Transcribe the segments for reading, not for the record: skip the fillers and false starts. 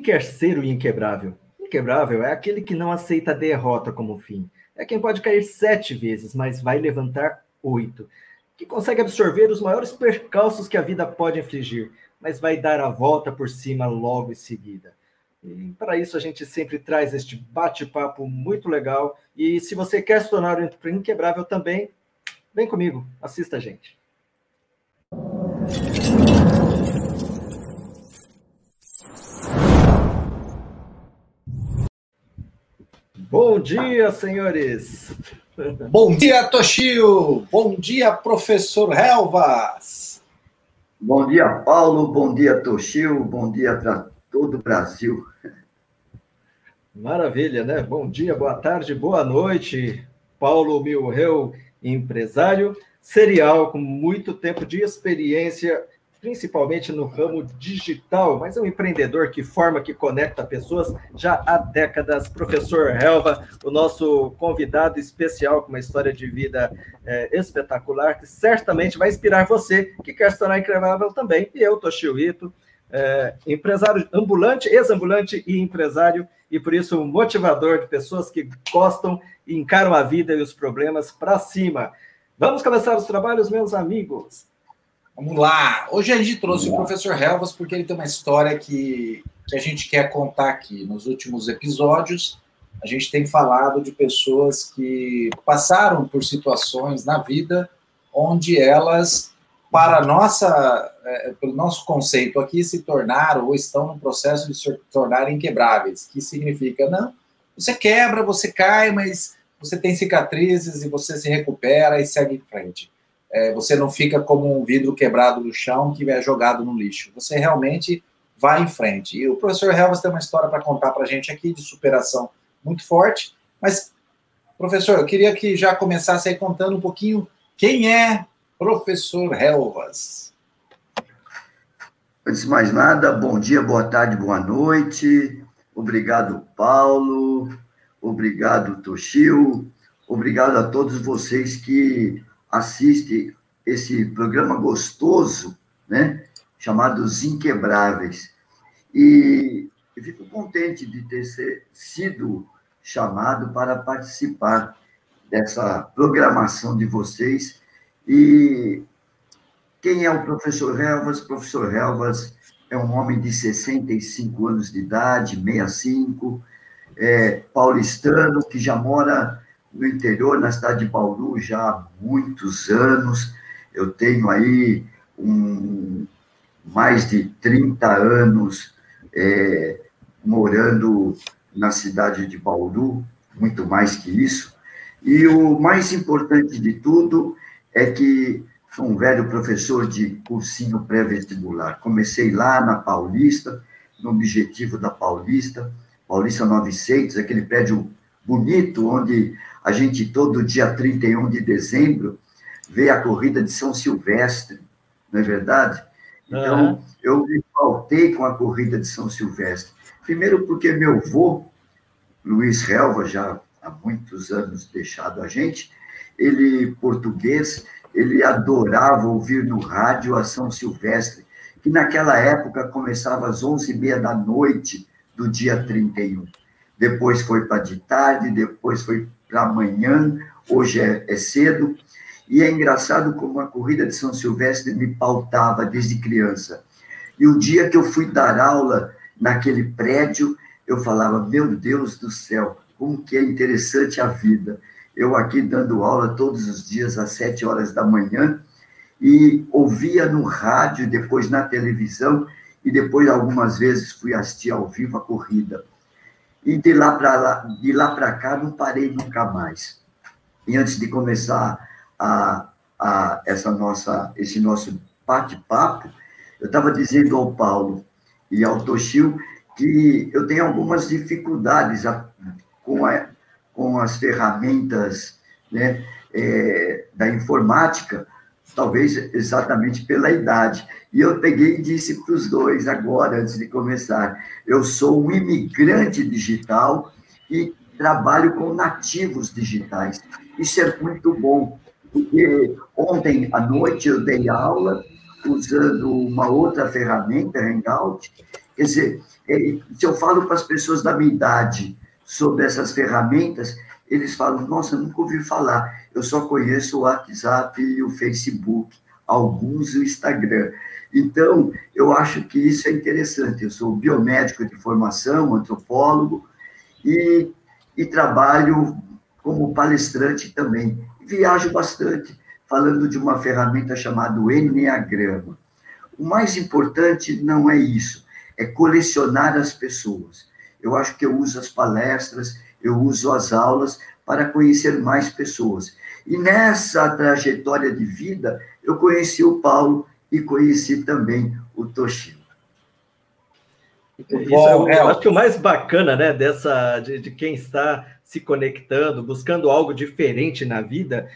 quer ser o inquebrável? Inquebrável é aquele que não aceita a derrota como fim. É quem pode cair 7 vezes, mas vai levantar 8. Que consegue absorver os maiores percalços que a vida pode infligir, mas vai dar a volta por cima logo em seguida. E para isso a gente sempre traz este bate-papo muito legal. E se você quer se tornar um inquebrável também, vem comigo, assista a gente. Bom dia, senhores! Bom dia, Toshio! Bom dia, professor Helvas! Bom dia, Paulo! Bom dia, Toshio! Bom dia para todo o Brasil! Maravilha, né? Bom dia, boa tarde, boa noite. Paulo Milreu, empresário serial com muito tempo de experiência, principalmente no ramo digital, mas é um empreendedor que forma, que conecta pessoas já há décadas. Professor Helva, o nosso convidado especial com uma história de vida espetacular, que certamente vai inspirar você, que quer se tornar inquebrável também. E eu, Toshio Ito, empresário ambulante, ex-ambulante e empresário, e por isso um motivador de pessoas que gostam e encaram a vida e os problemas para cima. Vamos começar os trabalhos, meus amigos. Vamos lá! Hoje a gente trouxe o professor Helvas porque ele tem uma história que a gente quer contar aqui. Nos últimos episódios, a gente tem falado de pessoas que passaram por situações na vida onde elas, pelo nosso conceito aqui, se tornaram ou estão no processo de se tornarem inquebráveis, que significa, não, você quebra, você cai, mas você tem cicatrizes e você se recupera e segue em frente. Você não fica como um vidro quebrado no chão que é jogado no lixo. Você realmente vai em frente. E o professor Helvas tem uma história para contar para a gente aqui de superação muito forte. Mas, professor, eu queria que já começasse aí contando um pouquinho quem é professor Helvas. Antes de mais nada, bom dia, boa tarde, boa noite. Obrigado, Paulo. Obrigado, Toshio. Obrigado a todos vocês que assistem esse programa gostoso, né, chamado Os Inquebráveis. E eu fico contente de ter sido chamado para participar dessa programação de vocês. E quem é o professor Helvas? O professor Helvas é um homem de 65 anos de idade, 65, paulistano, que já mora no interior, na cidade de Bauru, já há muitos anos. Eu tenho aí mais de 30 anos morando na cidade de Bauru, muito mais que isso. E o mais importante de tudo é que sou um velho professor de cursinho pré-vestibular. Comecei lá na Paulista, no Objetivo da Paulista 900, aquele prédio bonito, onde a gente, todo dia 31 de dezembro, vê a corrida de São Silvestre, não é verdade? Então, eu me faltei com a corrida de São Silvestre. Primeiro porque meu avô, Luiz Helva, já há muitos anos deixado a gente, ele, português, ele adorava ouvir no rádio a São Silvestre, que naquela época começava às 11h30 da noite do dia 31. Depois foi para de tarde, depois foi para amanhã, hoje é cedo. E é engraçado como a corrida de São Silvestre me pautava desde criança. E o dia que eu fui dar aula naquele prédio, eu falava, meu Deus do céu, como que é interessante a vida. Eu aqui dando aula todos os dias às 7h da manhã e ouvia no rádio, depois na televisão, e depois algumas vezes fui assistir ao vivo a corrida. E de lá para cá não parei nunca mais. E antes de começar esse nosso bate-papo, eu estava dizendo ao Paulo e ao Toshio que eu tenho algumas dificuldades com as ferramentas, né, da informática, talvez exatamente pela idade. E eu peguei e disse para os dois agora, antes de começar, eu sou um imigrante digital e trabalho com nativos digitais. Isso é muito bom, porque ontem à noite eu dei aula usando uma outra ferramenta, Hangout, Quer dizer, se eu falo para as pessoas da minha idade sobre essas ferramentas, eles falam, nossa, nunca ouvi falar, eu só conheço o WhatsApp e o Facebook, alguns o Instagram. Então, eu acho que isso é interessante. Eu sou biomédico de formação, antropólogo, e trabalho como palestrante também. Viajo bastante, falando de uma ferramenta chamada Enneagrama. O mais importante não é isso, é colecionar as pessoas. Eu acho que eu uso as palestras, eu uso as aulas para conhecer mais pessoas. E nessa trajetória de vida, eu conheci o Paulo e conheci também o Toshio. Eu acho que o mais bacana, né, de quem está se conectando, buscando algo diferente na vida,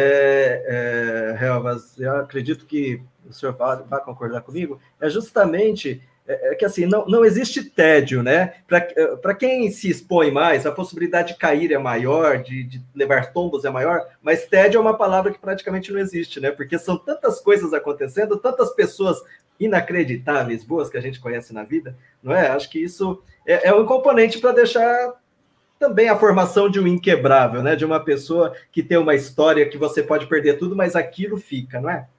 Helvas, eu acredito que o senhor vai concordar comigo, é justamente que assim, não existe tédio, né? Para quem se expõe mais, a possibilidade de cair é maior, de levar tombos é maior, mas tédio é uma palavra que praticamente não existe, né? Porque são tantas coisas acontecendo, tantas pessoas inacreditáveis, boas que a gente conhece na vida, não é? Acho que isso é um componente para deixar também a formação de um inquebrável, né? De uma pessoa que tem uma história que você pode perder tudo, mas aquilo fica, não é?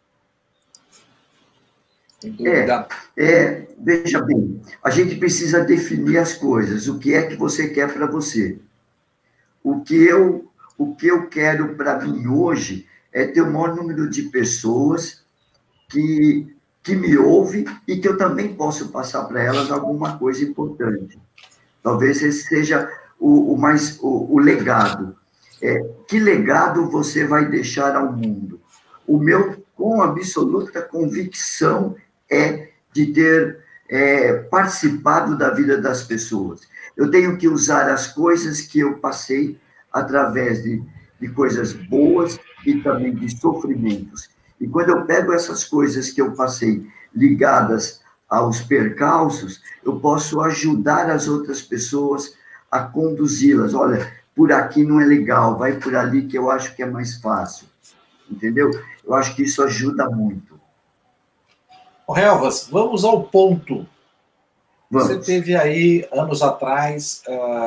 Veja bem, a gente precisa definir as coisas. O que é que você quer para você? O que eu quero para mim hoje é ter o maior número de pessoas que me ouvem e que eu também posso passar para elas alguma coisa importante. Talvez esse seja o legado. Que legado você vai deixar ao mundo? O meu, com absoluta convicção, é de ter participado da vida das pessoas. Eu tenho que usar as coisas que eu passei através de coisas boas e também de sofrimentos. E quando eu pego essas coisas que eu passei ligadas aos percalços, eu posso ajudar as outras pessoas a conduzi-las. Olha, por aqui não é legal, vai por ali que eu acho que é mais fácil. Entendeu? Eu acho que isso ajuda muito. Helvas, vamos ao ponto. Vamos. Você teve aí, anos atrás,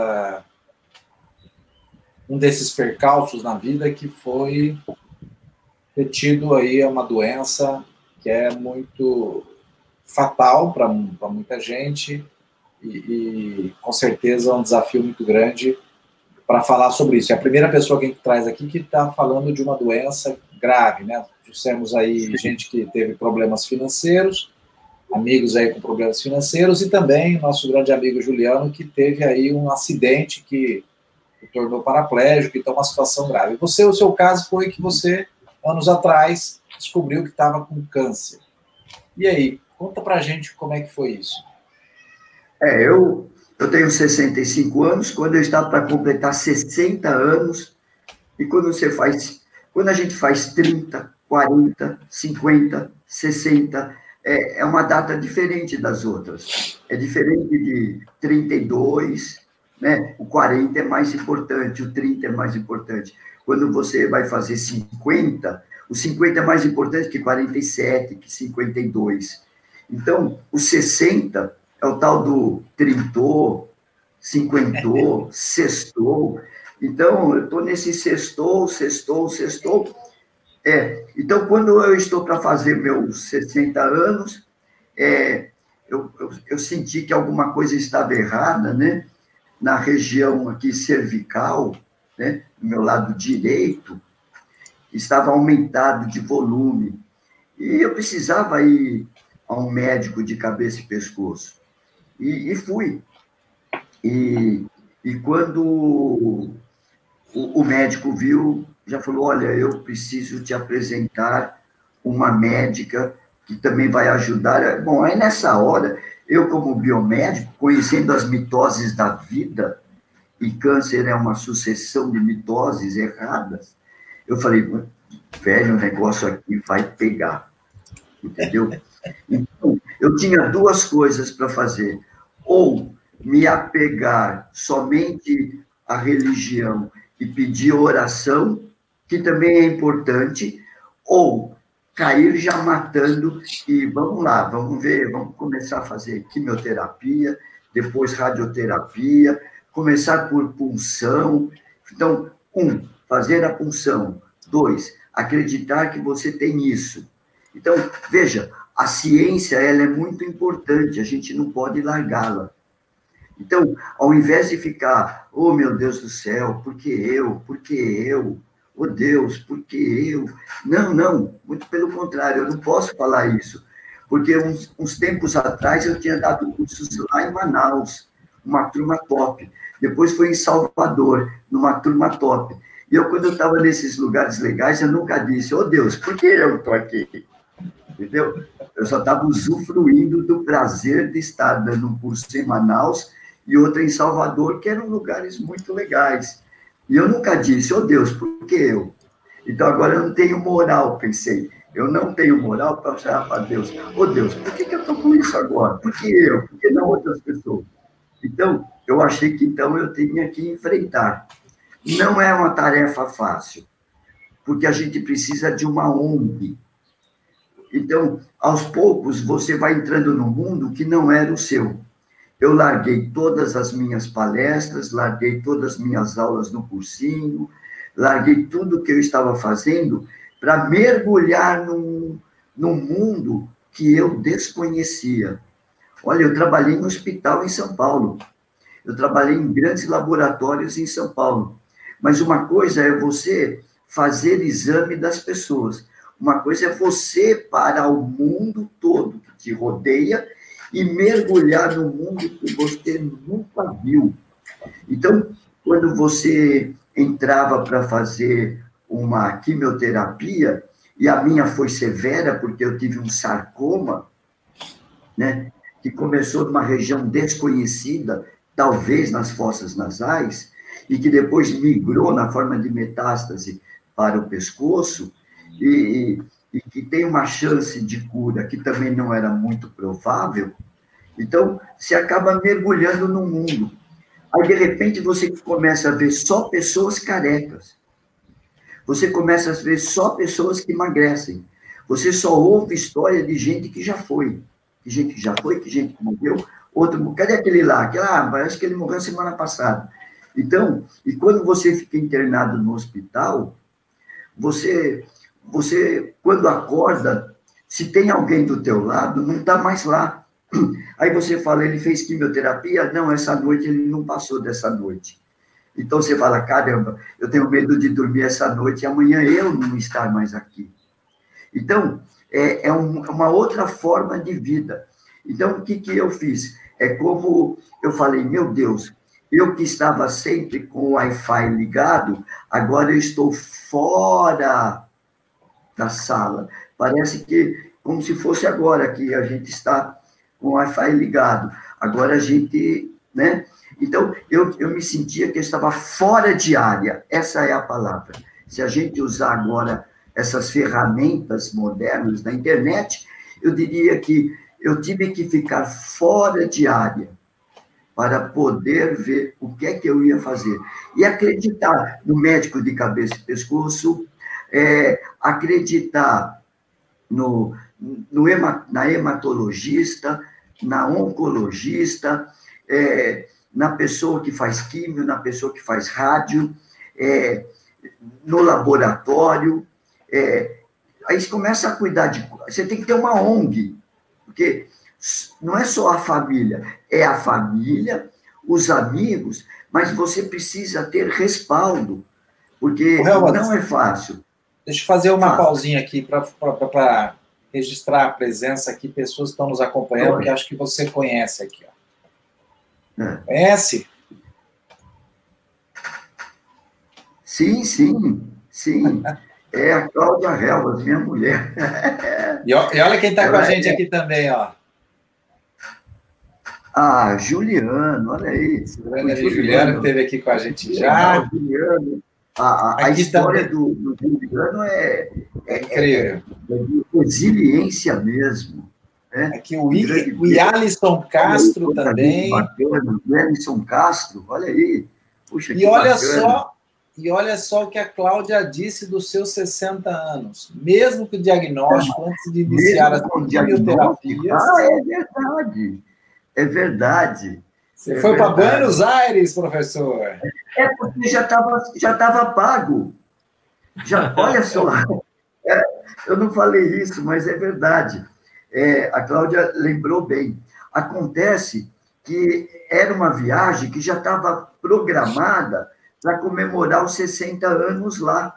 um desses percalços na vida que foi ter tido aí uma doença que é muito fatal para muita gente e com certeza é um desafio muito grande para falar sobre isso. É a primeira pessoa que a gente traz aqui que está falando de uma doença grave, né? Dissemos aí gente que teve problemas financeiros, amigos aí com problemas financeiros e também nosso grande amigo Juliano que teve aí um acidente que o tornou paraplégico, então uma situação grave. O seu caso foi que você, anos atrás, descobriu que estava com câncer. E aí, conta pra gente como é que foi isso. Eu tenho 65 anos, quando eu estava para completar 60 anos, e quando a gente faz 30, 40, 50, 60, é uma data diferente das outras. É diferente de 32, né? O 40 é mais importante, o 30 é mais importante. Quando você vai fazer 50, o 50 é mais importante que 47, que 52. Então, o 60 é o tal do trintou, cinquentou, sextou. Então, eu estou nesse sextou. Então, quando eu estou para fazer meus 60 anos, eu senti que alguma coisa estava errada, né? Na região aqui cervical, né? Do meu lado direito, estava aumentado de volume. E eu precisava ir a um médico de cabeça e pescoço. E fui. E quando o médico viu, já falou, olha, eu preciso te apresentar uma médica que também vai ajudar. Bom, aí nessa hora, eu como biomédico, conhecendo as mitoses da vida, e câncer é uma sucessão de mitoses erradas, eu falei, velho, o negócio aqui vai pegar, entendeu? Então, eu tinha duas coisas para fazer, ou me apegar somente à religião e pedir oração, que também é importante, ou cair já matando, e vamos lá, vamos ver, vamos começar a fazer quimioterapia, depois radioterapia, começar por punção. Então, fazer a punção. 2, acreditar que você tem isso. Então, veja, a ciência, ela é muito importante, a gente não pode largá-la. Então, ao invés de ficar, oh, meu Deus do céu, por que eu? Por que eu? Oh, Deus, por que eu? Não, muito pelo contrário, eu não posso falar isso. Porque uns tempos atrás eu tinha dado cursos lá em Manaus, uma turma top. Depois foi em Salvador, numa turma top. E quando eu estava nesses lugares legais, eu nunca disse, oh, Deus, por que eu estou aqui? Entendeu? Eu só estava usufruindo do prazer de estar dando um curso em Manaus e outro em Salvador, que eram lugares muito legais. E eu nunca disse, oh, Deus, por que eu? Então, agora eu não tenho moral, pensei. Eu não tenho moral para falar para Deus, oh, Deus, por que eu estou com isso agora? Por que eu? Por que não outras pessoas? Então, eu achei que então eu tinha que enfrentar. Não é uma tarefa fácil, porque a gente precisa de uma ONG. Então, aos poucos, você vai entrando no mundo que não era o seu. Eu larguei todas as minhas palestras, larguei todas as minhas aulas no cursinho, larguei tudo que eu estava fazendo para mergulhar num mundo que eu desconhecia. Olha, eu trabalhei no hospital em São Paulo, eu trabalhei em grandes laboratórios em São Paulo, mas uma coisa é você fazer exame das pessoas, uma coisa é você parar o mundo todo que te rodeia e mergulhar no mundo que você nunca viu. Então, quando você entrava para fazer uma quimioterapia, e a minha foi severa, porque eu tive um sarcoma, né, que começou numa região desconhecida, talvez nas fossas nasais, e que depois migrou na forma de metástase para o pescoço, e que tem uma chance de cura que também não era muito provável. Então, você acaba mergulhando no mundo. Aí, de repente, você começa a ver só pessoas carecas. Você começa a ver só pessoas que emagrecem. Você só ouve história de gente que já foi. Que gente que já foi, que gente que morreu. Outro, cadê aquele lá? Parece que ele morreu semana passada. Então, e quando você fica internado no hospital, você quando acorda, se tem alguém do teu lado, não está mais lá. Aí você fala, ele fez quimioterapia? Não, essa noite ele não passou dessa noite. Então você fala, caramba, eu tenho medo de dormir essa noite e amanhã eu não estar mais aqui. Então, é uma outra forma de vida. Então, o que eu fiz? É como eu falei, meu Deus, eu que estava sempre com o Wi-Fi ligado, agora eu estou fora da sala. Parece que, como se fosse agora, que a gente está com o Wi-Fi ligado. Agora a gente, né? Então, eu me sentia que eu estava fora de área. Essa é a palavra. Se a gente usar agora essas ferramentas modernas da internet, eu diria que eu tive que ficar fora de área para poder ver o que é que eu ia fazer. E acreditar no médico de cabeça e pescoço, acreditar na hematologista, na oncologista, na pessoa que faz químio, na pessoa que faz rádio, no laboratório. Aí você começa a cuidar de... Você tem que ter uma ONG, porque não é só a família, é a família, os amigos, mas você precisa ter respaldo, porque não é fácil. Deixa eu fazer uma pausinha aqui para registrar a presença aqui, pessoas que estão nos acompanhando, que acho que você conhece aqui. Ó. Conhece? Sim. É a Cláudia Helvas, minha mulher. E olha quem está com a gente aqui também, ó. Juliano, olha aí. Juliano que esteve aqui com a gente já. Juliano. A história do Juliano é incrível. É de resiliência mesmo. Né? Aqui o Alisson Castro também. Bacana, o Alisson Castro, olha aí. Puxa, e olha bacana. Só E olha só o que a Cláudia disse dos seus 60 anos. Mesmo que o diagnóstico, antes de iniciar as quimioterapias... é verdade. É verdade. Você foi para Buenos Aires, professor? É porque já tava pago. Olha só, eu não falei isso, mas é verdade. A Cláudia lembrou bem. Acontece que era uma viagem que já estava programada para comemorar os 60 anos lá.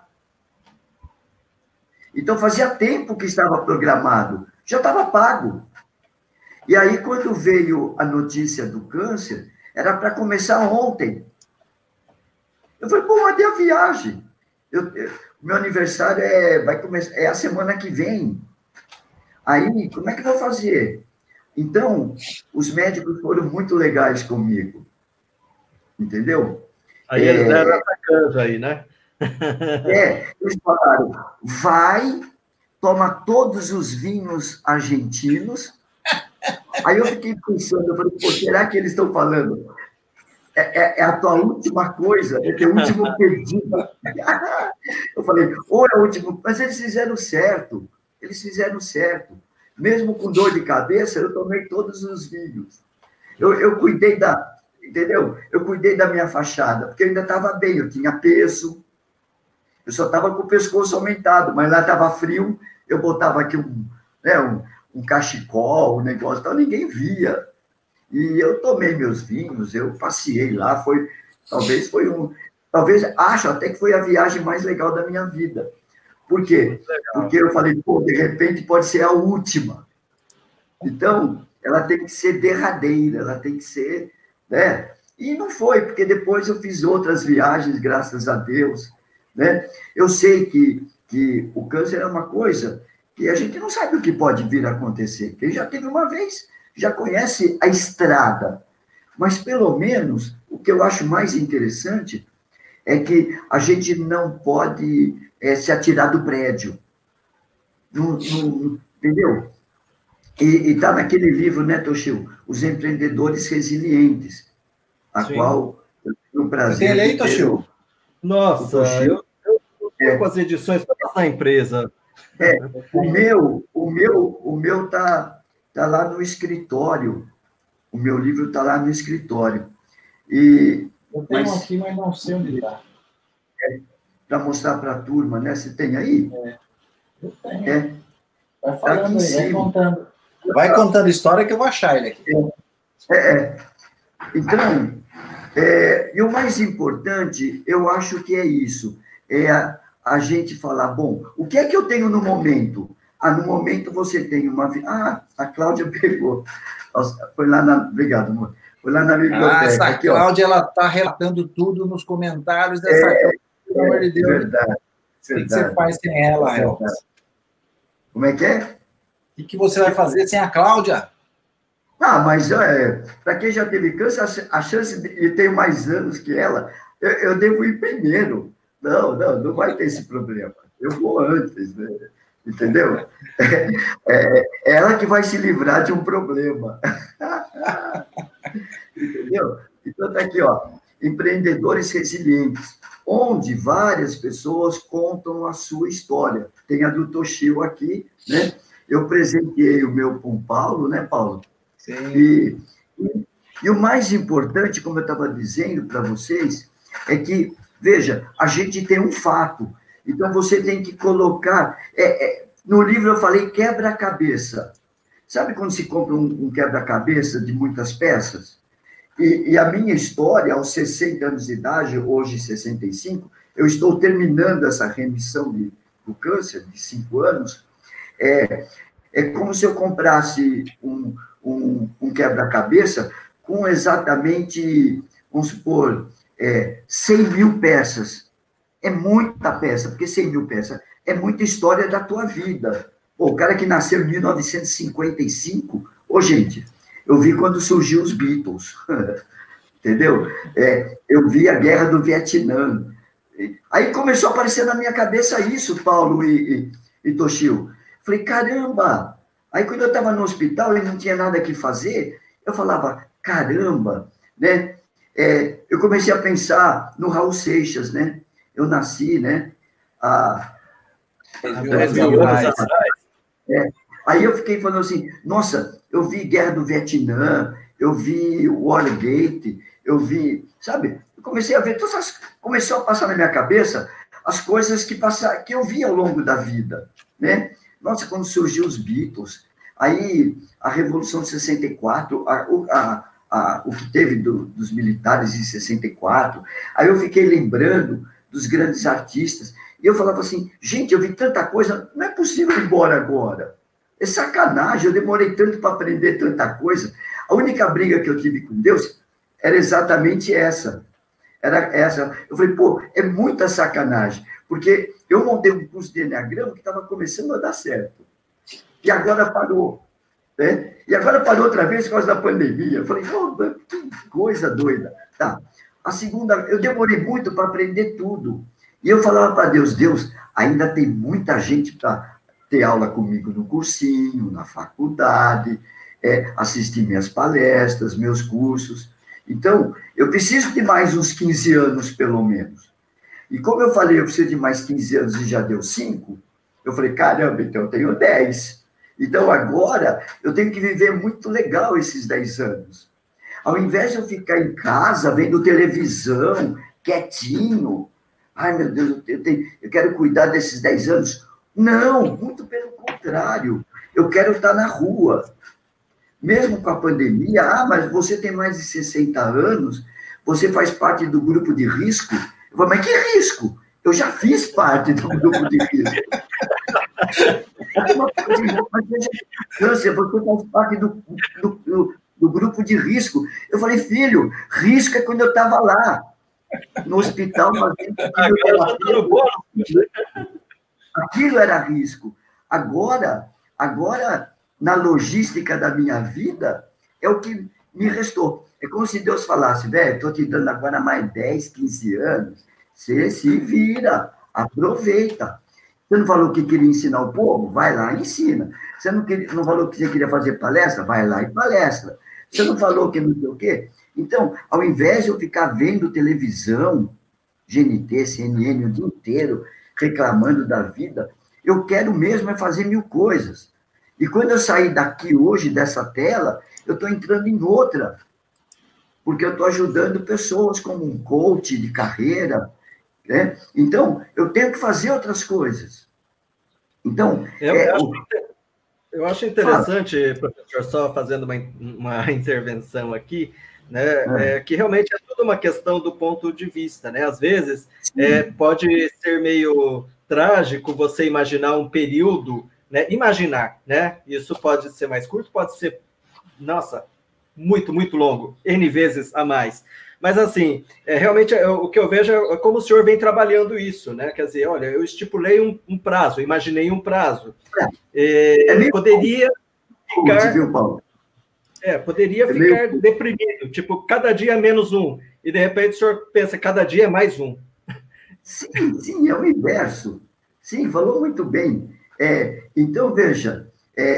Então, fazia tempo que estava programado, já estava pago. E aí, quando veio a notícia do câncer, era para começar ontem. Eu falei, pô, mas tem a viagem. Meu aniversário vai começar, é a semana que vem. Aí, como é que eu vou fazer? Então, os médicos foram muito legais comigo. Entendeu? Aí eles deram essa canja aí, né? Eles falaram, vai, toma todos os vinhos argentinos. Aí eu fiquei pensando, eu falei, pô, será que eles estão falando? É a tua última coisa, é teu último pedido. Eu falei, ou é o último, mas eles fizeram certo. Mesmo com dor de cabeça, eu tomei todos os vinhos. Eu cuidei entendeu? Eu cuidei da minha fachada, porque eu ainda estava bem, eu tinha peso, eu só estava com o pescoço aumentado, mas lá estava frio, eu botava aqui um cachecol, um negócio, então ninguém via. E eu tomei meus vinhos, eu passeei lá, acho até que foi a viagem mais legal da minha vida. Por quê? Porque eu falei, pô, de repente pode ser a última. Então, ela tem que ser derradeira, ela tem que ser, né? E não foi, porque depois eu fiz outras viagens, graças a Deus, né? Eu sei que o câncer é uma coisa que a gente não sabe o que pode vir a acontecer. Quem já teve uma vez, já conhece a estrada. Mas, pelo menos, o que eu acho mais interessante é que a gente não pode se atirar do prédio. Entendeu? E está naquele livro, né, Toshio? Os Empreendedores Resilientes, a Sim. qual eu tenho o prazer. Tem ele aí, Toshio? Nossa, eu estou com as edições para a empresa. O meu tá lá no escritório. O meu livro está lá no escritório. Eu tenho aqui, mas não sei onde está. Para mostrar para a turma, né? Você tem aí? Eu tenho. Vai falando aí, vai contando. Vai contando história que eu vou achar ele aqui. Então, e o mais importante, eu acho que é isso. A gente falar, bom, o que é que eu tenho no momento? No momento você tem uma... a Cláudia pegou. Foi lá na... Obrigado, amor. Foi lá na biblioteca. Essa aqui, Cláudia, ela está relatando tudo nos comentários dessa... Pelo amor de Deus. Verdade. O que você faz sem ela, Helder? Como é que é? O que você vai fazer sem a Cláudia? Mas para quem já teve câncer, a chance de ter mais anos que ela, eu devo ir primeiro. Não vai ter esse problema. Eu vou antes, né? Entendeu? É ela que vai se livrar de um problema. Entendeu? Então, está aqui, ó, Empreendedores Resilientes, onde várias pessoas contam a sua história. Tem a do Toshio aqui, né? Eu presenteei o meu com o Paulo, né, Paulo? Sim. E o mais importante, como eu estava dizendo para vocês, é que, veja, a gente tem um fato. Então, você tem que colocar... no livro eu falei quebra-cabeça. Sabe quando se compra um quebra-cabeça de muitas peças? E a minha história, aos 60 anos de idade, hoje 65, eu estou terminando essa remissão do câncer de 5 anos. É como se eu comprasse um quebra-cabeça com exatamente, vamos supor, 100 mil peças. É muita peça, porque 100 mil peças é muita história da tua vida. Pô, o cara que nasceu em 1955, gente, eu vi quando surgiu os Beatles, entendeu? Eu vi a Guerra do Vietnã. Aí começou a aparecer na minha cabeça isso, Paulo e Toshio. Falei, caramba! Aí quando eu estava no hospital e não tinha nada que fazer, eu falava, caramba, né? Eu comecei a pensar no Raul Seixas, né? eu nasci, né? Há 10.000 anos atrás. Aí eu fiquei falando assim, nossa, eu vi Guerra do Vietnã, eu vi Watergate, eu vi, sabe? Eu comecei a ver, começou a passar na minha cabeça as coisas que eu vi ao longo da vida, né? Nossa, quando surgiu os Beatles, aí a Revolução de 64, o que teve dos militares em 64, aí eu fiquei lembrando dos grandes artistas, e eu falava assim, gente, eu vi tanta coisa, não é possível ir embora agora. É sacanagem, eu demorei tanto para aprender tanta coisa. A única briga que eu tive com Deus era exatamente essa. Era essa. Eu falei, pô, é muita sacanagem, porque eu montei um curso de Enneagrama que estava começando a dar certo. E agora parou. Né? E agora parou outra vez por causa da pandemia. Eu falei, oh, que coisa doida. Tá. A segunda, eu demorei muito para aprender tudo. E eu falava para Deus, Deus, ainda tem muita gente para ter aula comigo no cursinho, na faculdade, assistir minhas palestras, meus cursos. Então, eu preciso de mais uns 15 anos, pelo menos. E como eu falei, eu preciso de mais 15 anos e já deu 5, eu falei, caramba, então eu tenho 10. Então, agora, eu tenho que viver muito legal esses 10 anos. Ao invés de eu ficar em casa, vendo televisão, quietinho, ai, meu Deus, eu quero cuidar desses 10 anos. Não, muito pelo contrário. Eu quero estar na rua. Mesmo com a pandemia, mas você tem mais de 60 anos, você faz parte do grupo de risco. Eu falo, mas que risco? Eu já fiz parte do grupo de risco. Você faz parte do grupo de risco. Eu falei, filho, risco é quando eu estava lá, no hospital, fazendo aquilo era risco. Agora, na logística da minha vida, é o que me restou. É como se Deus falasse, velho, estou te dando agora mais 10, 15 anos, você se vira, aproveita. Você não falou que queria ensinar o povo? Vai lá e ensina. Você não falou que você queria fazer palestra? Vai lá e palestra. Você não falou que não sei o quê? Então, ao invés de eu ficar vendo televisão, GNT, CNN, o dia inteiro, reclamando da vida, eu quero mesmo é fazer 1000 coisas. E quando eu sair daqui hoje, dessa tela, eu estou entrando em outra, porque eu estou ajudando pessoas como um coach de carreira, né? Então, eu tenho que fazer outras coisas. Então, eu acho interessante, professor, só fazendo uma intervenção aqui, né, que realmente é tudo uma questão do ponto de vista, né? Às vezes, pode ser meio trágico você imaginar um período, né? Imaginar, né? Isso pode ser mais curto, pode ser, nossa, muito, muito longo, N vezes a mais. Mas, assim, realmente, o que eu vejo é como o senhor vem trabalhando isso, né? Quer dizer, olha, eu estipulei um prazo, imaginei um prazo. Poderia ficar... Viu, Paulo? Poderia ficar deprimido, tipo, cada dia menos um. E, de repente, o senhor pensa, cada dia é mais um. Sim, é o inverso. Sim, falou muito bem. Então, veja,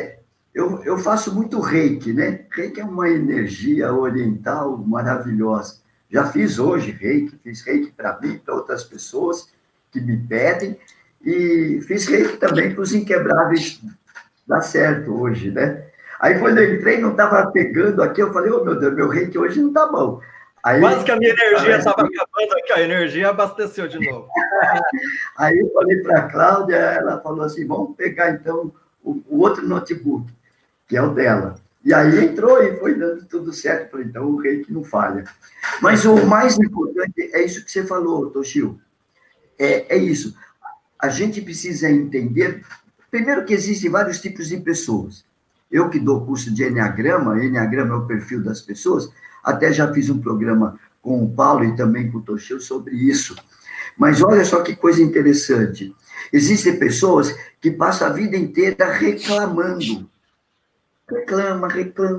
eu faço muito reiki, né? Reiki é uma energia oriental maravilhosa. Já fiz hoje reiki, fiz reiki para mim, para outras pessoas que me pedem, e fiz reiki também para os inquebráveis. Dá certo hoje, né? Aí, quando eu entrei, não estava pegando aqui, eu falei, oh, meu Deus, meu reiki hoje não está bom. Aí, quase que a minha energia estava acabando aqui, a energia abasteceu de novo. Aí eu falei para a Cláudia, ela falou assim, vamos pegar, então, o outro notebook, que é o dela. E aí entrou e foi dando tudo certo. Eu falei, então o reiki não falha. Mas o mais importante é isso que você falou, Toshio. É isso. A gente precisa entender, primeiro que existem vários tipos de pessoas. Eu que dou curso de Enneagrama é o perfil das pessoas, até já fiz um programa com o Paulo e também com o Toshio sobre isso. Mas olha só que coisa interessante. Existem pessoas que passam a vida inteira reclamando. Reclama.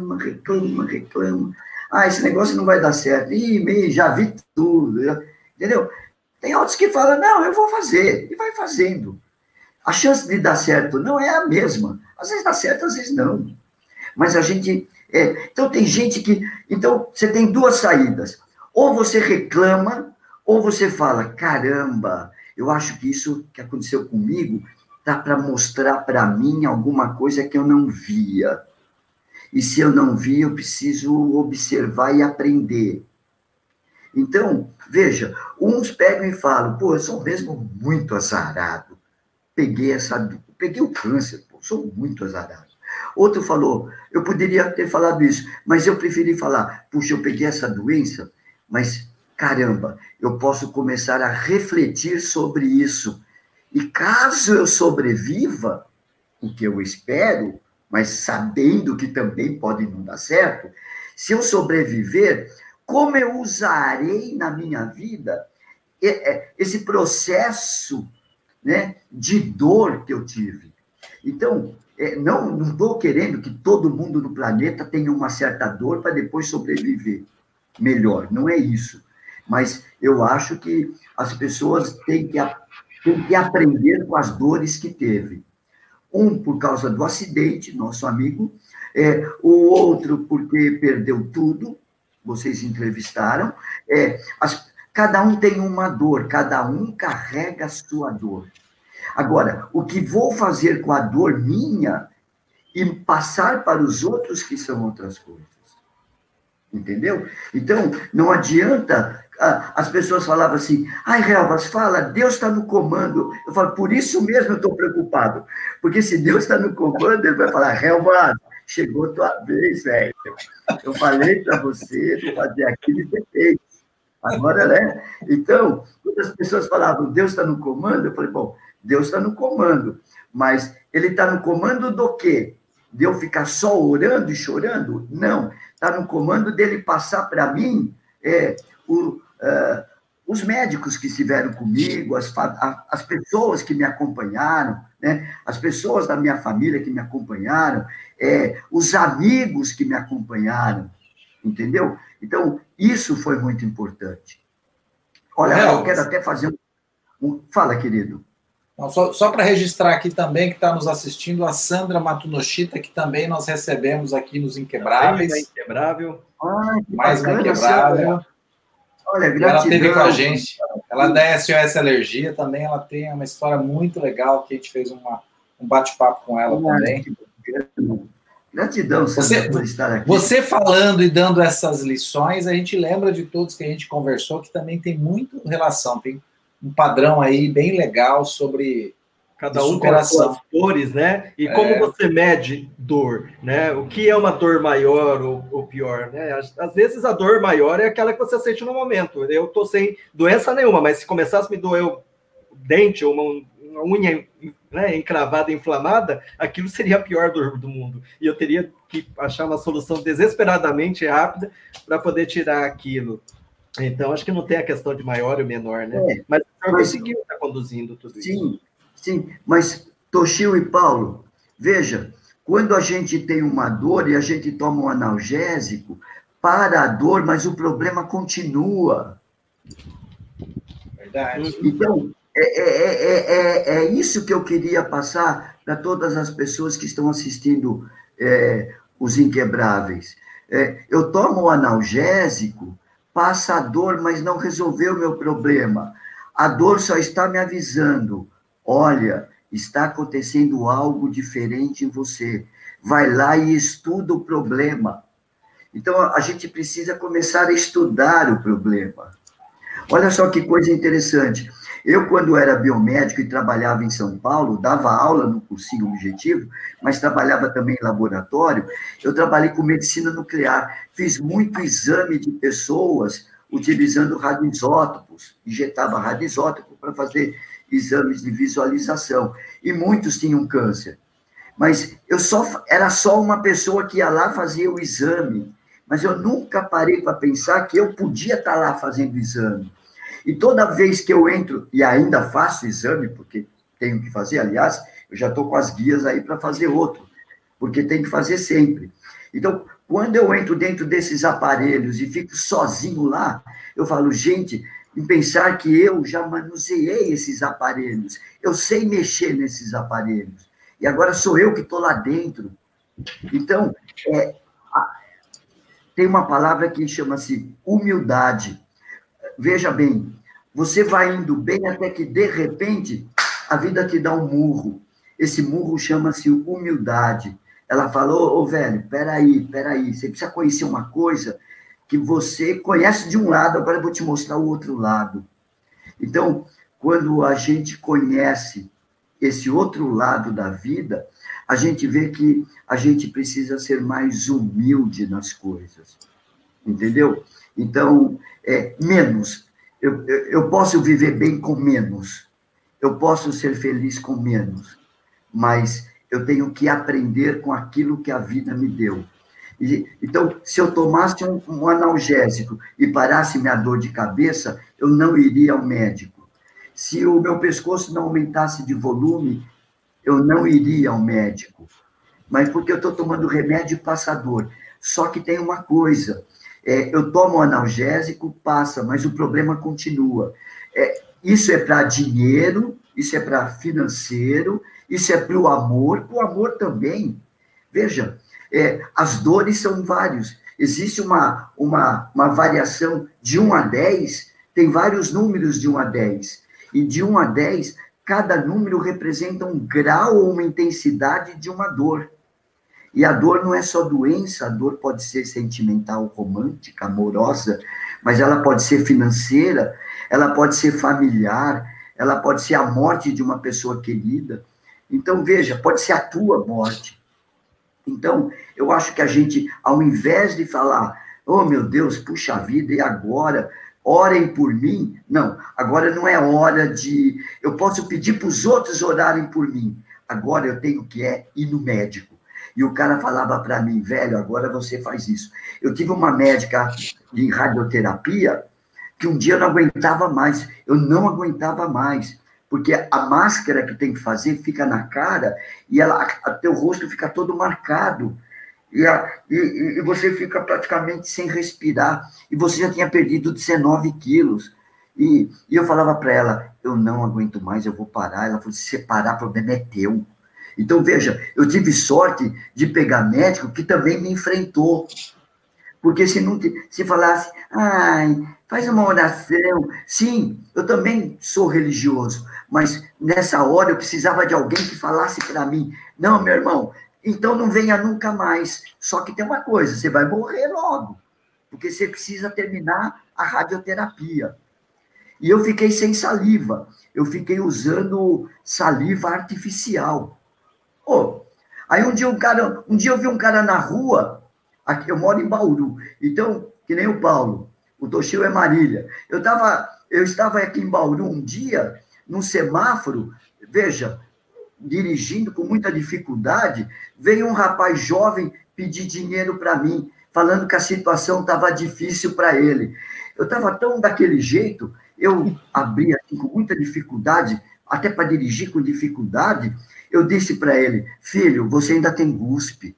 Ah, esse negócio não vai dar certo. Ih, já vi tudo. Entendeu? Tem outros que falam, não, eu vou fazer. E vai fazendo. A chance de dar certo não é a mesma. Às vezes dá certo, às vezes não. Mas a gente... Então, tem gente que... Então, você tem duas saídas. Ou você reclama, Ou você fala, caramba, eu acho que isso que aconteceu comigo dá para mostrar para mim alguma coisa que eu não via. E se eu não vi, eu preciso observar e aprender. Então, veja, uns pegam e falam, pô, eu sou mesmo muito azarado. Peguei o câncer, pô, sou muito azarado. Outro falou, eu poderia ter falado isso, mas eu preferi falar, puxa, eu peguei essa doença, mas, caramba, eu posso começar a refletir sobre isso. E caso eu sobreviva, o que eu espero, mas sabendo que também pode não dar certo, se eu sobreviver, como eu usarei na minha vida esse processo, né, de dor que eu tive. Então, não estou querendo que todo mundo no planeta tenha uma certa dor para depois sobreviver melhor, não é isso. Mas eu acho que as pessoas têm que aprender com as dores que teve. Um por causa do acidente, nosso amigo, o outro porque perdeu tudo, vocês entrevistaram. Cada um tem uma dor, cada um carrega a sua dor. Agora, o que vou fazer com a dor minha e passar para os outros que são outras coisas. Entendeu? Então, não adianta. As pessoas falavam assim, ai, Relvas, fala, Deus está no comando. Eu falo, por isso mesmo eu estou preocupado. Porque se Deus está no comando, ele vai falar, Relvas, chegou a tua vez, velho. Eu falei para você não fazer aquilo e você fez. Agora, né? Então, quando as pessoas falavam, Deus está no comando, eu falei, bom, Deus está no comando, mas ele está no comando do quê? De eu ficar só orando e chorando? Não, está no comando dele passar para mim os médicos que estiveram comigo, as pessoas que me acompanharam, né? As pessoas da minha família que me acompanharam, os amigos que me acompanharam, entendeu? Então, isso foi muito importante. Olha, eu quero até fazer Fala, querido. Só para registrar aqui também, que está nos assistindo, a Sandra Matunoshita, que também nós recebemos aqui nos Inquebráveis. Inquebrável. Mais uma Inquebrável. Olha, gratidão. Ela esteve com a gente. Ela da SOS Alergia também, ela tem uma história muito legal, que a gente fez um bate-papo com ela também. Gratidão, Sandra, por estar aqui. Você falando e dando essas lições, a gente lembra de todos que a gente conversou, que também tem muito relação, tem um padrão aí bem legal sobre cada um com as suas dores, né? E como você mede dor, né? O que é uma dor maior ou pior, né? Às vezes a dor maior é aquela que você sente no momento. Eu tô sem doença nenhuma, mas se começasse a me doer o dente ou uma unha, né, encravada, inflamada, aquilo seria a pior dor do mundo. E eu teria que achar uma solução desesperadamente rápida para poder tirar aquilo. Então, acho que não tem a questão de maior ou menor, né? Mas o senhor conseguiu estar conduzindo tudo isso. Sim, mas Toshio e Paulo, veja, quando a gente tem uma dor e a gente toma um analgésico, para a dor, mas o problema continua. Verdade. Então, é isso que eu queria passar para todas as pessoas que estão assistindo os Inquebráveis. Eu tomo o analgésico, passa a dor, mas não resolveu o meu problema. A dor só está me avisando. Olha, está acontecendo algo diferente em você. Vai lá e estuda o problema. Então, a gente precisa começar a estudar o problema. Olha só que coisa interessante. Eu, quando era biomédico e trabalhava em São Paulo, dava aula no cursinho Objetivo, mas trabalhava também em laboratório, eu trabalhei com medicina nuclear. Fiz muito exame de pessoas utilizando radioisótopos, injetava radioisótopo para fazer exames de visualização, e muitos tinham câncer. Mas era só uma pessoa que ia lá fazer o exame, mas eu nunca parei para pensar que eu podia estar lá fazendo o exame. E toda vez que eu entro, e ainda faço exame, porque tenho que fazer, aliás, eu já estou com as guias aí para fazer outro, porque tem que fazer sempre. Então, quando eu entro dentro desses aparelhos e fico sozinho lá, eu falo, gente, em pensar que eu já manuseei esses aparelhos, eu sei mexer nesses aparelhos, e agora sou eu que estou lá dentro. Então, tem uma palavra que chama-se humildade. Veja bem, Você vai indo bem até que, de repente, a vida te dá um murro. Esse murro chama-se humildade. Ela falou, ô velho, peraí, você precisa conhecer uma coisa que você conhece de um lado, agora eu vou te mostrar o outro lado. Então, quando a gente conhece esse outro lado da vida, a gente vê que a gente precisa ser mais humilde nas coisas, entendeu? Então, menos. Eu posso viver bem com menos, eu posso ser feliz com menos, mas eu tenho que aprender com aquilo que a vida me deu. Então, se eu tomasse um analgésico e parasse minha dor de cabeça, eu não iria ao médico. Se o meu pescoço não aumentasse de volume, eu não iria ao médico. Mas porque eu estou tomando remédio passador. Só que tem uma coisa, eu tomo analgésico, passa, mas o problema continua. Isso é para dinheiro, isso é para financeiro, isso é para o amor também. Veja, as dores são várias. Existe uma variação de 1 a 10, tem vários números de 1 a 10. E de 1 a 10, cada número representa um grau ou uma intensidade de uma dor. E a dor não é só doença, a dor pode ser sentimental, romântica, amorosa, mas ela pode ser financeira, ela pode ser familiar, ela pode ser a morte de uma pessoa querida. Então, veja, pode ser a tua morte. Então, eu acho que a gente, ao invés de falar, oh, meu Deus, puxa vida, e agora? Orem por mim? Não, agora não é hora de... Eu posso pedir para os outros orarem por mim. Agora eu tenho que ir no médico. E o cara falava para mim, velho, agora você faz isso. Eu tive uma médica de radioterapia que um dia eu não aguentava mais. Eu não aguentava mais. Porque a máscara que tem que fazer fica na cara e teu rosto fica todo marcado. E você fica praticamente sem respirar. E você já tinha perdido 19 quilos. E eu falava para ela, eu não aguento mais, eu vou parar. Ela falou, se você parar, o problema é teu. Então, veja, eu tive sorte de pegar médico que também me enfrentou. Porque se falasse, ai, faz uma oração. Sim, eu também sou religioso, mas nessa hora eu precisava de alguém que falasse para mim, não, meu irmão, então não venha nunca mais. Só que tem uma coisa, você vai morrer logo, porque você precisa terminar a radioterapia. E eu fiquei sem saliva, eu fiquei usando saliva artificial. Aí um dia eu vi um cara na rua, aqui, eu moro em Bauru, então, que nem o Paulo, o Toshio é Marília. Eu estava aqui em Bauru um dia, num semáforo, veja, dirigindo com muita dificuldade, veio um rapaz jovem pedir dinheiro para mim, falando que a situação estava difícil para ele. Eu estava tão daquele jeito, eu abri assim, com muita dificuldade, até para dirigir com dificuldade, eu disse para ele, filho, você ainda tem guspe.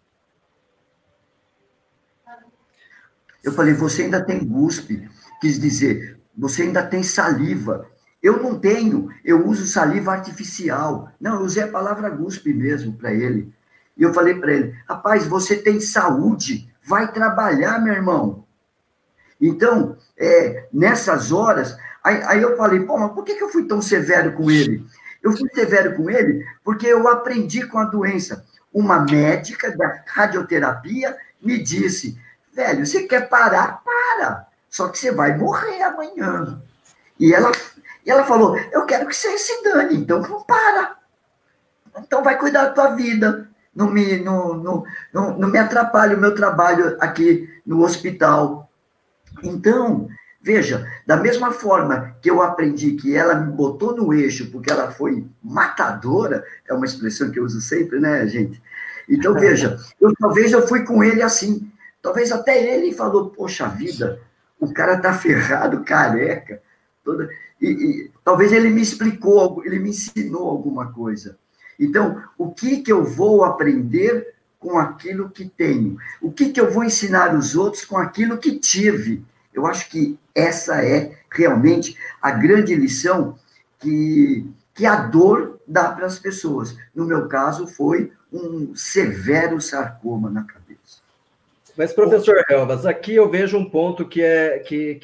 Eu falei, você ainda tem guspe. Quis dizer, você ainda tem saliva. Eu não tenho, eu uso saliva artificial. Não, eu usei a palavra guspe mesmo para ele. E eu falei para ele, rapaz, você tem saúde, vai trabalhar, meu irmão. Então, nessas horas, aí eu falei, pô, mas por que eu fui tão severo com ele? Eu fui severo com ele porque eu aprendi com a doença. Uma médica da radioterapia me disse, velho, você quer parar? Para. Só que você vai morrer amanhã. E ela falou, eu quero que você se dane, então não para. Então vai cuidar da tua vida. Não me atrapalhe o meu trabalho aqui no hospital. Então, veja, da mesma forma que eu aprendi que ela me botou no eixo porque ela foi matadora, é uma expressão que eu uso sempre, né, gente? Então, veja, talvez eu fui com ele assim, talvez até ele falou, poxa vida, o cara tá ferrado, careca, e talvez ele me explicou, ele me ensinou alguma coisa. Então, o que eu vou aprender com aquilo que tenho? O que eu vou ensinar os outros com aquilo que tive? Eu acho que essa é realmente a grande lição que a dor dá para as pessoas. No meu caso, foi um severo sarcoma na cabeça. Mas, professor Helvas, aqui eu vejo um ponto que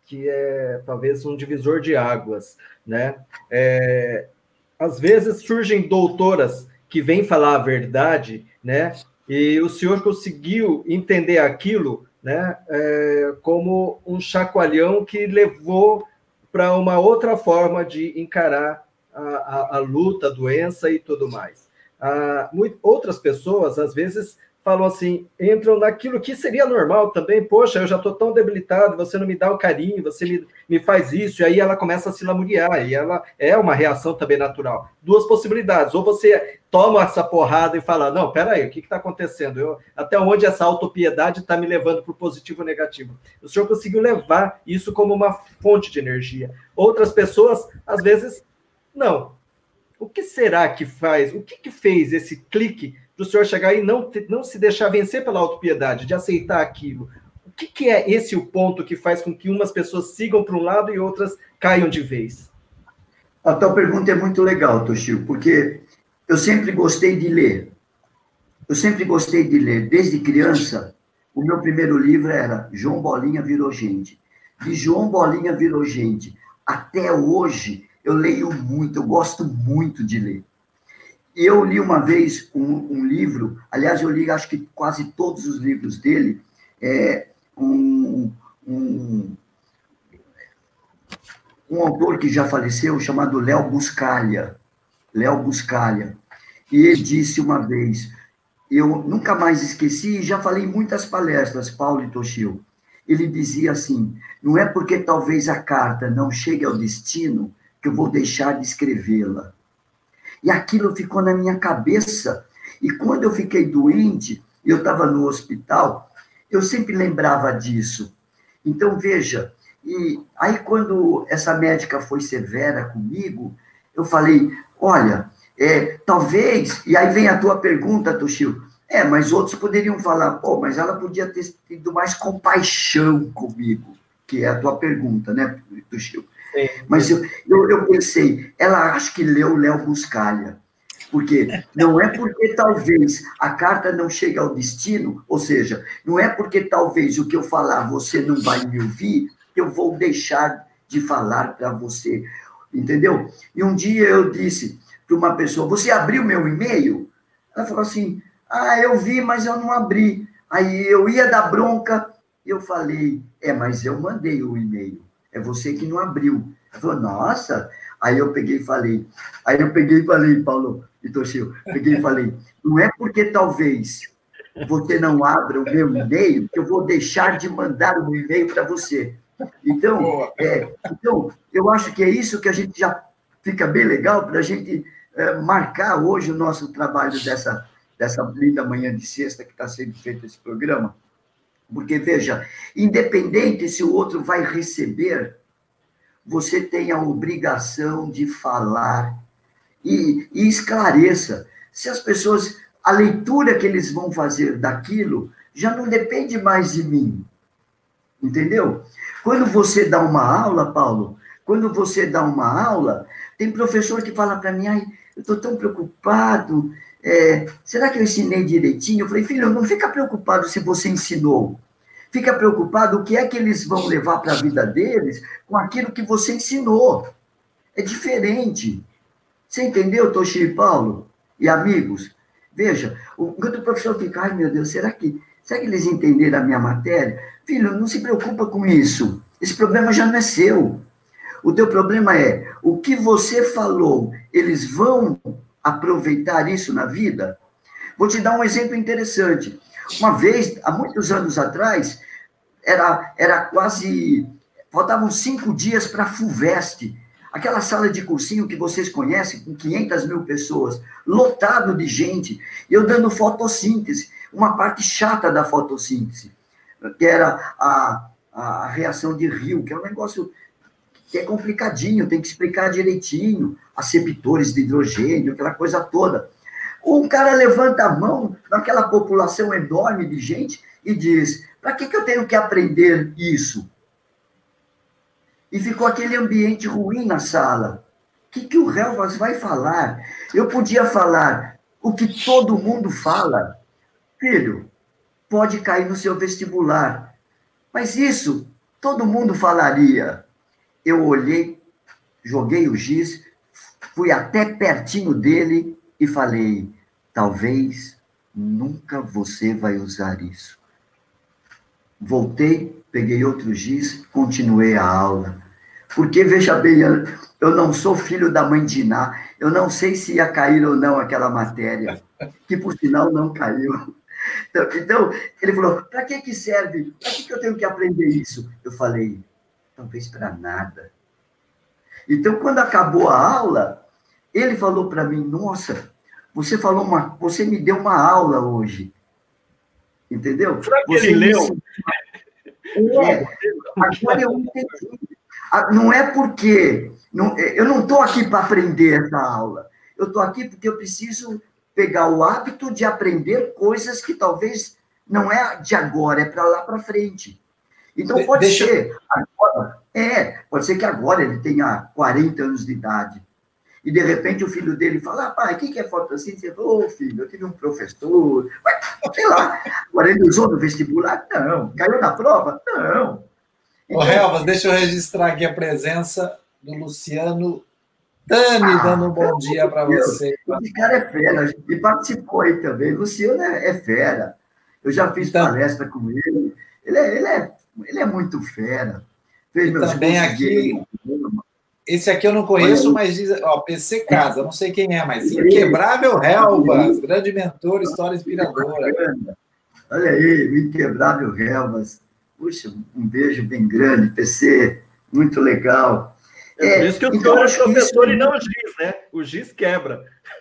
que é talvez um divisor de águas, né? Às vezes surgem doutoras que vêm falar a verdade, né? E o senhor conseguiu entender aquilo, né? Como um chacoalhão que levou para uma outra forma de encarar a luta, a doença e tudo mais. Outras pessoas, às vezes, falam assim, entram naquilo que seria normal também, poxa, eu já estou tão debilitado, você não me dá o carinho, você me faz isso, e aí ela começa a se lamuriar, e ela é uma reação também natural. Duas possibilidades, ou você toma essa porrada e fala, não, peraí, o que está acontecendo? Até onde essa autopiedade está me levando para o positivo ou negativo? O senhor conseguiu levar isso como uma fonte de energia. Outras pessoas, às vezes, não. O que será que faz, o que fez esse clique para o senhor chegar e não se deixar vencer pela autopiedade, de aceitar aquilo? O que é esse o ponto que faz com que umas pessoas sigam para um lado e outras caiam de vez? A tua pergunta é muito legal, Toshio, porque eu sempre gostei de ler. Eu sempre gostei de ler. Desde criança, o meu primeiro livro era João Bolinha Virou Gente. De João Bolinha Virou Gente até hoje, eu leio muito, eu gosto muito de ler. E eu li uma vez um livro, aliás, eu li acho que quase todos os livros dele, um autor que já faleceu, chamado Léo Buscaglia. Léo Buscaglia. E ele disse uma vez, eu nunca mais esqueci, e já falei em muitas palestras, Paulo e Toshio. Ele dizia assim, não é porque talvez a carta não chegue ao destino que eu vou deixar de escrevê-la. E aquilo ficou na minha cabeça. E quando eu fiquei doente, eu estava no hospital, eu sempre lembrava disso. Então, veja, e aí quando essa médica foi severa comigo, eu falei, olha, talvez, e aí vem a tua pergunta, Toshio, mas outros poderiam falar, pô, mas ela podia ter tido mais compaixão comigo, que é a tua pergunta, né, Toshio? Mas eu pensei, ela acho que leu Léo Buscaglia, porque não é porque talvez a carta não chegue ao destino, ou seja, não é porque talvez o que eu falar você não vai me ouvir, que eu vou deixar de falar para você, entendeu? E um dia eu disse para uma pessoa, você abriu meu e-mail? Ela falou assim, eu vi, mas eu não abri. Aí eu ia dar bronca, eu falei, mas eu mandei o e-mail. É você que não abriu. Ela falou, nossa. Aí eu peguei e falei, Paulo e Toshio, peguei e falei, não é porque talvez você não abra o meu e-mail que eu vou deixar de mandar o e-mail para você. Então, eu acho que é isso que a gente já fica bem legal para a gente marcar hoje o nosso trabalho dessa linda manhã de sexta que está sendo feito esse programa. Porque, veja, independente se o outro vai receber, você tem a obrigação de falar e esclareça. Se as pessoas, a leitura que eles vão fazer daquilo já não depende mais de mim. Entendeu? Quando você dá uma aula, Paulo, tem professor que fala para mim, eu estou tão preocupado, será que eu ensinei direitinho? Eu falei, filho, não fica preocupado se você ensinou. Fica preocupado o que é que eles vão levar para a vida deles com aquilo que você ensinou. É diferente. Você entendeu, Toshio e Paulo? E amigos? Veja, quando o professor fica, meu Deus, será que eles entenderam a minha matéria? Filho, não se preocupa com isso. Esse problema já não é seu. O teu problema é, o que você falou, eles vão aproveitar isso na vida? Vou te dar um exemplo interessante. Uma vez, há muitos anos atrás, era quase... Faltavam 5 dias para a FUVEST, aquela sala de cursinho que vocês conhecem, com 500 mil pessoas, lotado de gente, e eu dando fotossíntese, uma parte chata da fotossíntese, que era a reação de Rio, que é um negócio que é complicadinho, tem que explicar direitinho, aceptores de hidrogênio, aquela coisa toda. Um cara levanta a mão naquela população enorme de gente e diz, para que eu tenho que aprender isso? E ficou aquele ambiente ruim na sala. O que o Helvas vai falar? Eu podia falar o que todo mundo fala. Filho, pode cair no seu vestibular. Mas isso todo mundo falaria. Eu olhei, joguei o giz, fui até pertinho dele e falei, talvez nunca você vai usar isso. Voltei, peguei outro giz, continuei a aula. Porque, veja bem, eu não sou filho da mãe de Iná, eu não sei se ia cair ou não aquela matéria, que por sinal não caiu. Então ele falou, para que serve? Para que eu tenho que aprender isso? Eu falei, talvez para nada. Então, quando acabou a aula, ele falou para mim, nossa, você me deu uma aula hoje. Entendeu? Será que ele leu? Agora eu entendi. Não é porque... eu não estou aqui para aprender essa aula. Eu estou aqui porque eu preciso pegar o hábito de aprender coisas que talvez não é de agora, é para lá para frente. Então, pode ser agora, pode ser que agora ele tenha 40 anos de idade. E, de repente, o filho dele fala, pai, o que é fotossíntese? Você falou, filho, eu tive um professor, sei lá, agora ele usou no vestibular? Não. Caiu na prova? Não. Então, Helvas, deixa eu registrar aqui a presença do Luciano Tani, dando um bom dia para você. Esse cara é fera, e participou aí também. Luciano é fera. Eu já fiz palestra com ele. Ele é muito fera. Fez meus também aqui... Esse aqui eu não conheço, mas diz... Ó, PC Casa, não sei quem é, mas Inquebrável Helvas, grande mentor, história inspiradora. Olha aí, o Inquebrável Helvas. Puxa, um beijo bem grande, PC, muito legal. Por isso que o senhor é professor e não o giz, né? O giz quebra.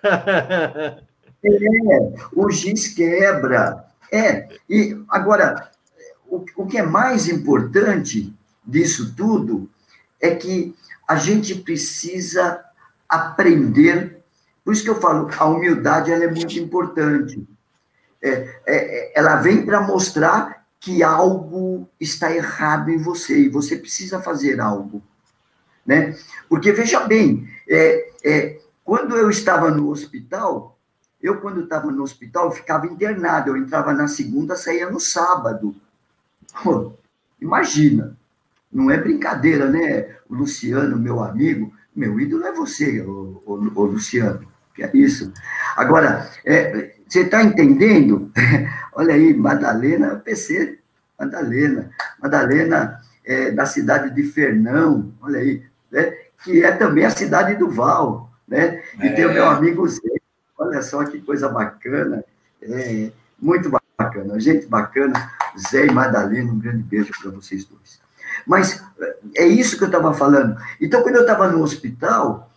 O giz quebra. E agora, o que é mais importante disso tudo é que a gente precisa aprender. Por isso que eu falo, a humildade ela é muito importante. Ela vem para mostrar que algo está errado em você e você precisa fazer algo. Né? Porque, veja bem, quando eu estava no hospital, eu ficava internado, eu entrava na segunda, saía no sábado. Pô, imagina, não é brincadeira, né? O Luciano, meu amigo, meu ídolo é você, o Luciano, que é isso. Agora, você está entendendo? Olha aí, Madalena, PC, Madalena da cidade de Fernão, olha aí, né? Que é também a cidade do Val, né? E tem o meu amigo Zé, olha só que coisa bacana, muito bacana, gente bacana, Zé e Madalena, um grande beijo para vocês dois. Mas é isso que eu estava falando. Então, quando eu estava no hospital,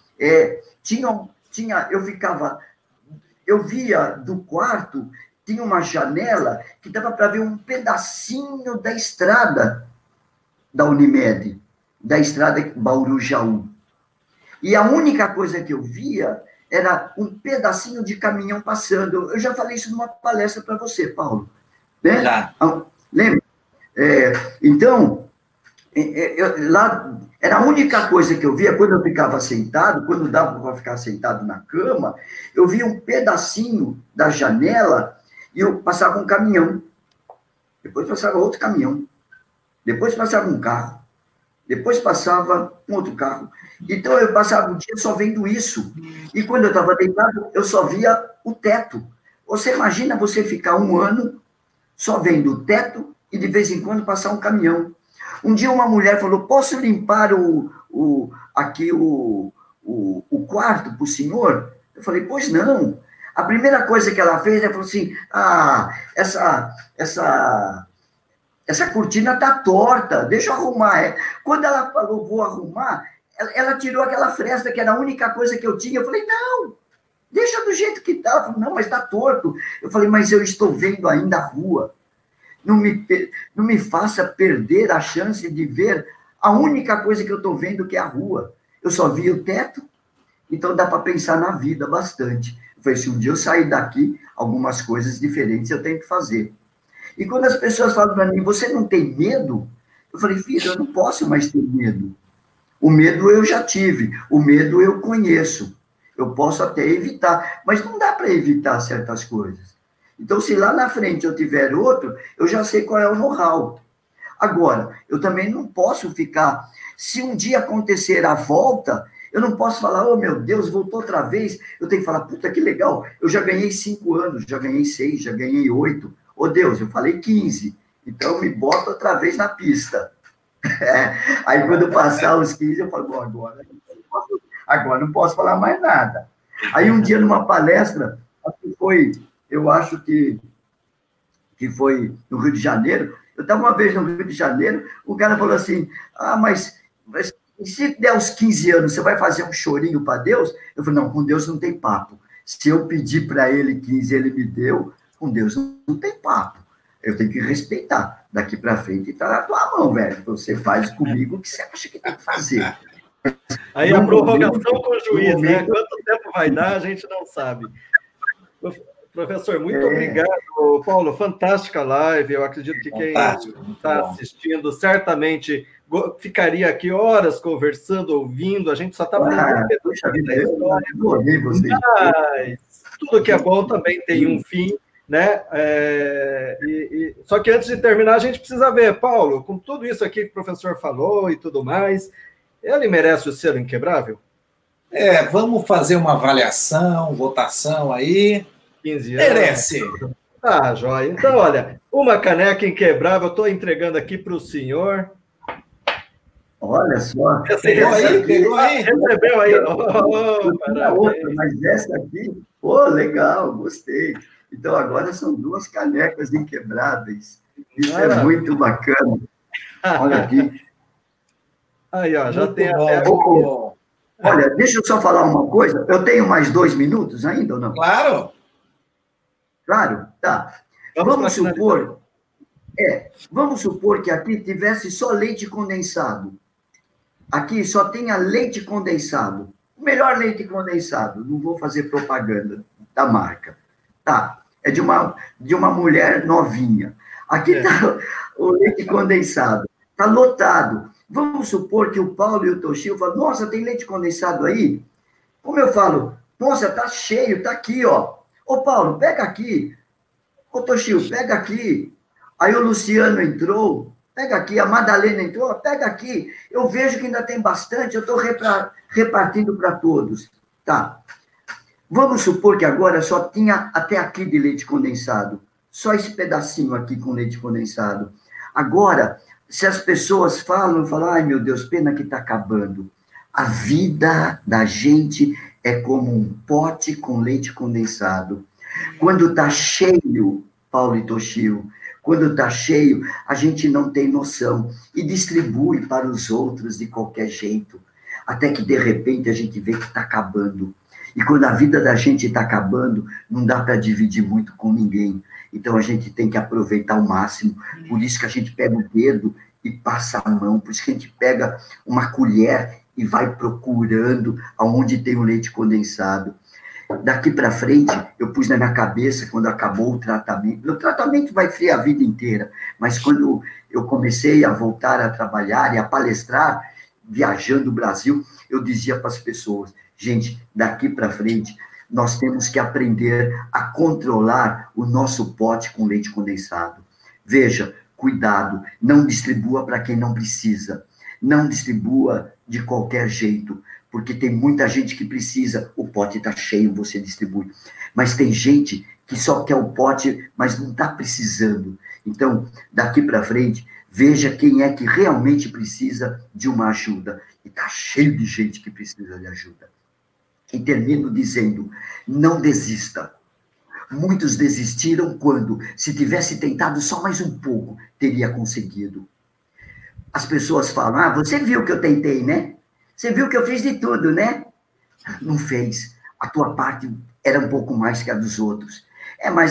eu via do quarto, tinha uma janela que dava para ver um pedacinho da estrada da Unimed, da estrada Bauru-Jaú. E a única coisa que eu via era um pedacinho de caminhão passando. Eu já falei isso numa palestra para você, Paulo. Né? Já. Lembra? Então, lá era a única coisa que eu via quando eu ficava sentado, quando dava para ficar sentado na cama, eu via um pedacinho da janela e eu passava um caminhão. Depois passava outro caminhão. Depois passava um carro. Depois passava um outro carro. Então, eu passava o dia só vendo isso. E quando eu estava deitado, eu só via o teto. Você imagina você ficar um ano só vendo o teto e de vez em quando passar um caminhão. Um dia uma mulher falou, posso limpar aqui o quarto para o senhor? Eu falei, pois não. A primeira coisa que ela fez, ela falou assim, essa cortina está torta, deixa eu arrumar. Quando ela falou, vou arrumar, ela tirou aquela fresta, que era a única coisa que eu tinha. Eu falei, não, deixa do jeito que está. Ela falou, não, mas está torto. Eu falei, mas eu estou vendo ainda a rua. Não me faça perder a chance de ver a única coisa que eu estou vendo, que é a rua. Eu só vi o teto, então dá para pensar na vida bastante. Eu falei, se um dia eu sair daqui, algumas coisas diferentes eu tenho que fazer. E quando as pessoas falam para mim, você não tem medo? Eu falei, filho, eu não posso mais ter medo. O medo eu já tive, o medo eu conheço. Eu posso até evitar, mas não dá para evitar certas coisas. Então, se lá na frente eu tiver outro, eu já sei qual é o know-how. Agora, eu também não posso ficar... Se um dia acontecer a volta, eu não posso falar, oh, meu Deus, voltou outra vez. Eu tenho que falar, puta, que legal, eu já ganhei 5 anos, já ganhei 6, já ganhei 8. Oh, Deus, eu falei 15. Então, me bota outra vez na pista. Aí, quando passar os 15, eu falo, bom, agora não posso falar mais nada. Aí, um dia, numa palestra, eu acho que foi no Rio de Janeiro, eu estava uma vez no Rio de Janeiro, o cara falou assim, mas se der os 15 anos, você vai fazer um chorinho para Deus? Eu falei, não, com Deus não tem papo. Se eu pedir para ele 15 ele me deu, com Deus não tem papo. Eu tenho que respeitar. Daqui para frente está na tua mão, velho. Você faz comigo o que você acha que tem que fazer. Aí a prorrogação com o juiz, né? Quanto tempo vai dar, a gente não sabe. Professor, muito obrigado, Paulo. Fantástica live. Eu acredito que quem está assistindo certamente ficaria aqui horas conversando, ouvindo. A gente só está falando da história. Mas tudo que é bom também tem um fim, né? Só que antes de terminar, a gente precisa ver, Paulo, com tudo isso aqui que o professor falou e tudo mais, ele merece o selo inquebrável? Vamos fazer uma avaliação, votação aí. 15 anos. Merece. Ah, joia. Então, olha, uma caneca inquebrável, eu estou entregando aqui para o senhor. Olha só. Pegou aí? Recebeu aí. Outra, mas essa aqui, legal, gostei. Então, agora são 2 canecas inquebráveis. Isso é muito bacana. Olha aqui. Aí, ó, já tem até... Olha, deixa eu só falar uma coisa. Eu tenho mais 2 minutos ainda ou não? Claro. Claro? Tá. Vamos supor que aqui tivesse só leite condensado. Aqui só tenha leite condensado. O melhor leite condensado. Não vou fazer propaganda da marca. Tá. É de uma mulher novinha. Aqui está o leite condensado. Está lotado. Vamos supor que o Paulo e o Toshio falam, nossa, tem leite condensado aí? Como eu falo, nossa, tá cheio, tá aqui, ó. Ô, Paulo, pega aqui. Ô, Toshio, pega aqui. Aí o Luciano entrou, pega aqui. A Madalena entrou, pega aqui. Eu vejo que ainda tem bastante, eu estou repartindo para todos. Tá. Vamos supor que agora só tinha até aqui de leite condensado. Só esse pedacinho aqui com leite condensado. Agora, se as pessoas falam, ai, meu Deus, pena que está acabando. A vida da gente é como um pote com leite condensado. Quando está cheio, Paulo e Toshio, quando está cheio, a gente não tem noção e distribui para os outros de qualquer jeito, até que, de repente, a gente vê que está acabando. E quando a vida da gente está acabando, não dá para dividir muito com ninguém. Então, a gente tem que aproveitar ao máximo. Por isso que a gente pega o dedo e passa a mão. Por isso que a gente pega uma colher e vai procurando aonde tem o leite condensado. Daqui para frente, eu pus na minha cabeça, quando acabou o tratamento vai ser a vida inteira, mas quando eu comecei a voltar a trabalhar e a palestrar, viajando o Brasil, eu dizia para as pessoas, gente, daqui para frente, nós temos que aprender a controlar o nosso pote com leite condensado. Veja, cuidado, não distribua para quem não precisa, não distribua de qualquer jeito, porque tem muita gente que precisa, o pote está cheio, você distribui. Mas tem gente que só quer o pote, mas não está precisando. Então, daqui para frente, veja quem é que realmente precisa de uma ajuda. E está cheio de gente que precisa de ajuda. E termino dizendo, não desista. Muitos desistiram quando, se tivesse tentado só mais um pouco, teria conseguido. As pessoas falam, você viu que eu tentei, né? Você viu que eu fiz de tudo, né? Não fez. A tua parte era um pouco mais que a dos outros. Mas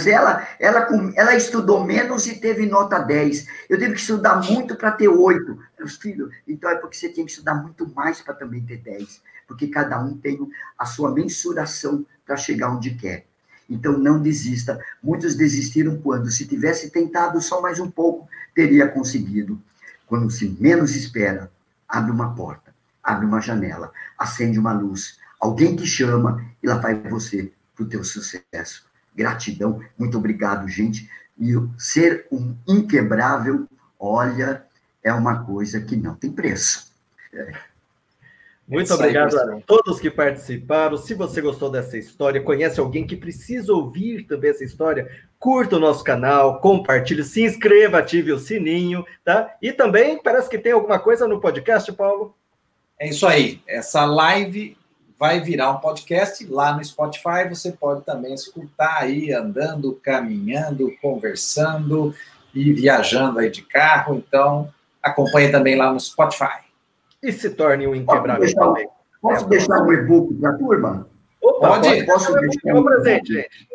ela estudou menos e teve nota 10. Eu tive que estudar muito para ter 8. Meus filhos, então é porque você tinha que estudar muito mais para também ter 10. Porque cada um tem a sua mensuração para chegar onde quer. Então não desista. Muitos desistiram quando, se tivesse tentado só mais um pouco, teria conseguido. Quando se menos espera, abre uma porta. Abre uma janela, acende uma luz, alguém te chama e lá vai você para o teu sucesso. Gratidão, muito obrigado, gente. E ser um inquebrável, olha, é uma coisa que não tem preço. Muito obrigado a todos que participaram. Se você gostou dessa história, conhece alguém que precisa ouvir também essa história, curta o nosso canal, compartilhe, se inscreva, ative o sininho, tá? E também parece que tem alguma coisa no podcast, Paulo? É isso aí. Essa live vai virar um podcast lá no Spotify. Você pode também escutar aí, andando, caminhando, conversando e viajando aí de carro. Então, acompanhe também lá no Spotify. E se torne um inquebrável também. Posso deixar um e-book para a turma? Opa, posso deixar um presente, gente.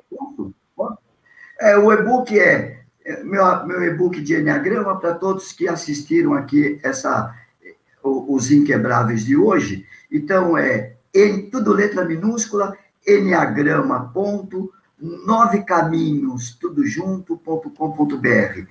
O e-book meu e-book de Enneagrama para todos que assistiram aqui os Inquebráveis de hoje. Então, tudo letra minúscula, enneagrama.9caminhos, tudo junto.com.br.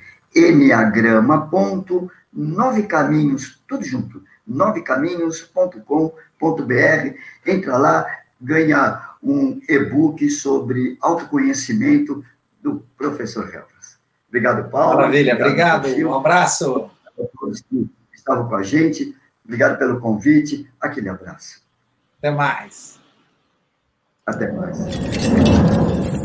Enneagrama.9caminhos, tudo junto, 9caminhos.com.br. Entra lá, ganha um e-book sobre autoconhecimento do professor Helfas. Obrigado, Paulo. Maravilha, obrigado. Um abraço. A todos que estavam com a gente. Obrigado pelo convite. Aquele abraço. Até mais. Até mais.